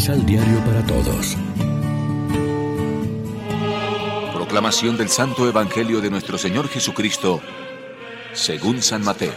Misal Diario para Todos. Proclamación del Santo Evangelio de nuestro Señor Jesucristo, según San Mateo.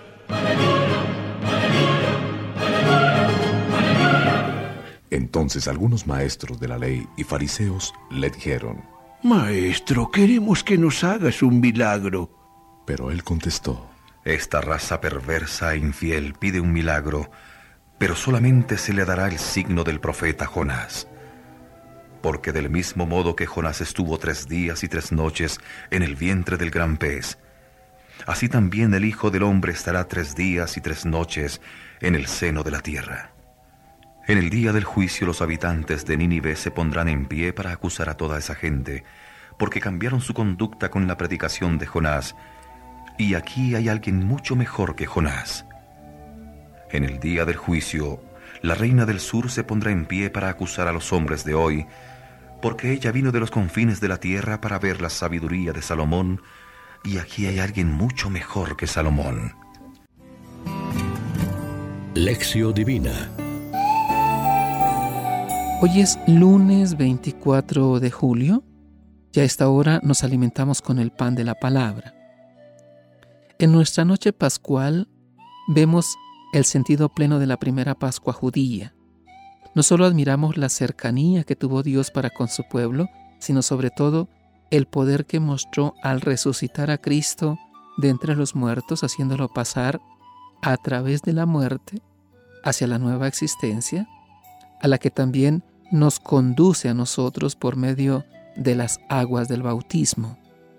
Entonces algunos maestros de la ley y fariseos le dijeron: Maestro, queremos que nos hagas un milagro. Pero él contestó: Esta raza perversa e infiel pide un milagro, pero solamente se le dará el signo del profeta Jonás. Porque del mismo modo que Jonás estuvo 3 días y 3 noches en el vientre del gran pez, así también el Hijo del Hombre estará 3 días y 3 noches en el seno de la tierra. En el día del juicio los habitantes de Nínive se pondrán en pie para acusar a toda esa gente, porque cambiaron su conducta con la predicación de Jonás, y aquí hay alguien mucho mejor que Jonás. En el día del juicio, la reina del sur se pondrá en pie para acusar a los hombres de hoy, porque ella vino de los confines de la tierra para ver la sabiduría de Salomón, y aquí hay alguien mucho mejor que Salomón. Lección Divina. Hoy es lunes 24 de julio y a esta hora nos alimentamos con el pan de la palabra. En nuestra noche pascual vemos el sentido pleno de la primera Pascua judía. No solo admiramos la cercanía que tuvo Dios para con su pueblo, sino sobre todo el poder que mostró al resucitar a Cristo de entre los muertos, haciéndolo pasar a través de la muerte hacia la nueva existencia, a la que también nos conduce a nosotros por medio de las aguas del bautismo.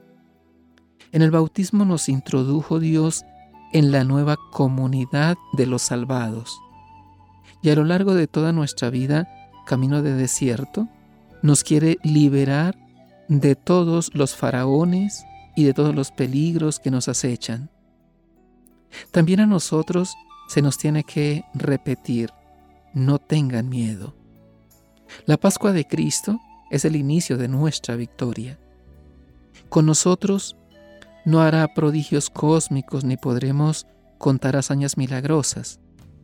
En el bautismo nos introdujo Dios en la nueva comunidad de los salvados. Y a lo largo de toda nuestra vida, camino de desierto, nos quiere liberar de todos los faraones y de todos los peligros que nos acechan. También a nosotros se nos tiene que repetir: no tengan miedo. La Pascua de Cristo es el inicio de nuestra victoria. Con nosotros no hará prodigios cósmicos ni podremos contar hazañas milagrosas,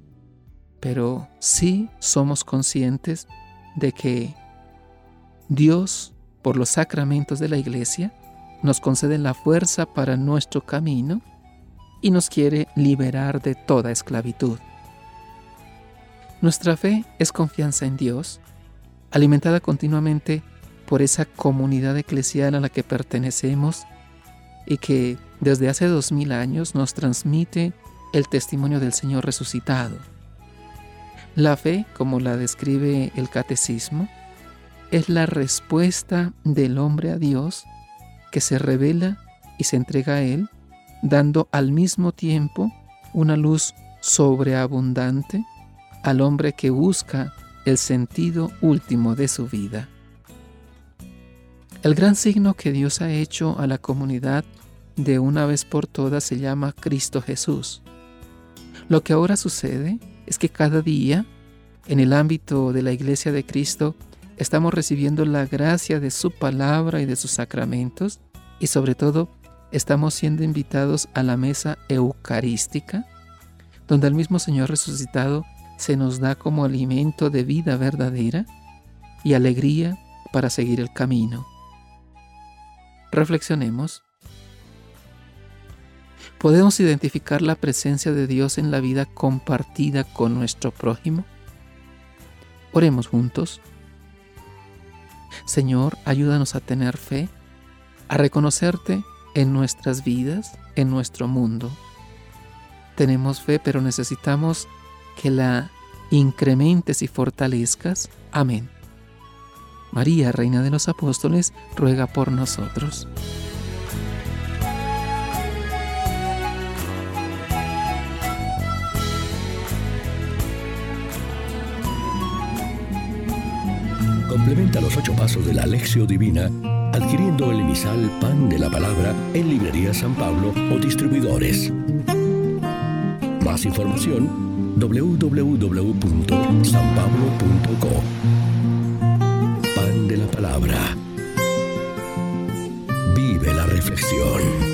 pero sí somos conscientes de que Dios, por los sacramentos de la Iglesia, nos concede la fuerza para nuestro camino y nos quiere liberar de toda esclavitud. Nuestra fe es confianza en Dios, alimentada continuamente por esa comunidad eclesial a la que pertenecemos y que desde hace 2000 años nos transmite el testimonio del Señor resucitado. La fe, como la describe el Catecismo, es la respuesta del hombre a Dios que se revela y se entrega a Él, dando al mismo tiempo una luz sobreabundante al hombre que busca el sentido último de su vida. El gran signo que Dios ha hecho a la comunidad de una vez por todas se llama Cristo Jesús. Lo que ahora sucede es que cada día, en el ámbito de la Iglesia de Cristo, estamos recibiendo la gracia de su palabra y de sus sacramentos, y sobre todo, estamos siendo invitados a la mesa eucarística, donde el mismo Señor resucitado se nos da como alimento de vida verdadera y alegría para seguir el camino. Reflexionemos. ¿Podemos identificar la presencia de Dios en la vida compartida con nuestro prójimo? Oremos juntos. Señor, ayúdanos a tener fe, a reconocerte en nuestras vidas, en nuestro mundo. Tenemos fe, pero necesitamos que la incrementes y fortalezcas. Amén. María, Reina de los Apóstoles, ruega por nosotros. Complementa los 8 pasos de la Lección Divina adquiriendo el emisal Pan de la Palabra en Librería San Pablo o distribuidores. Más información: www.sanpablo.co. Pan de la Palabra. Vive la reflexión.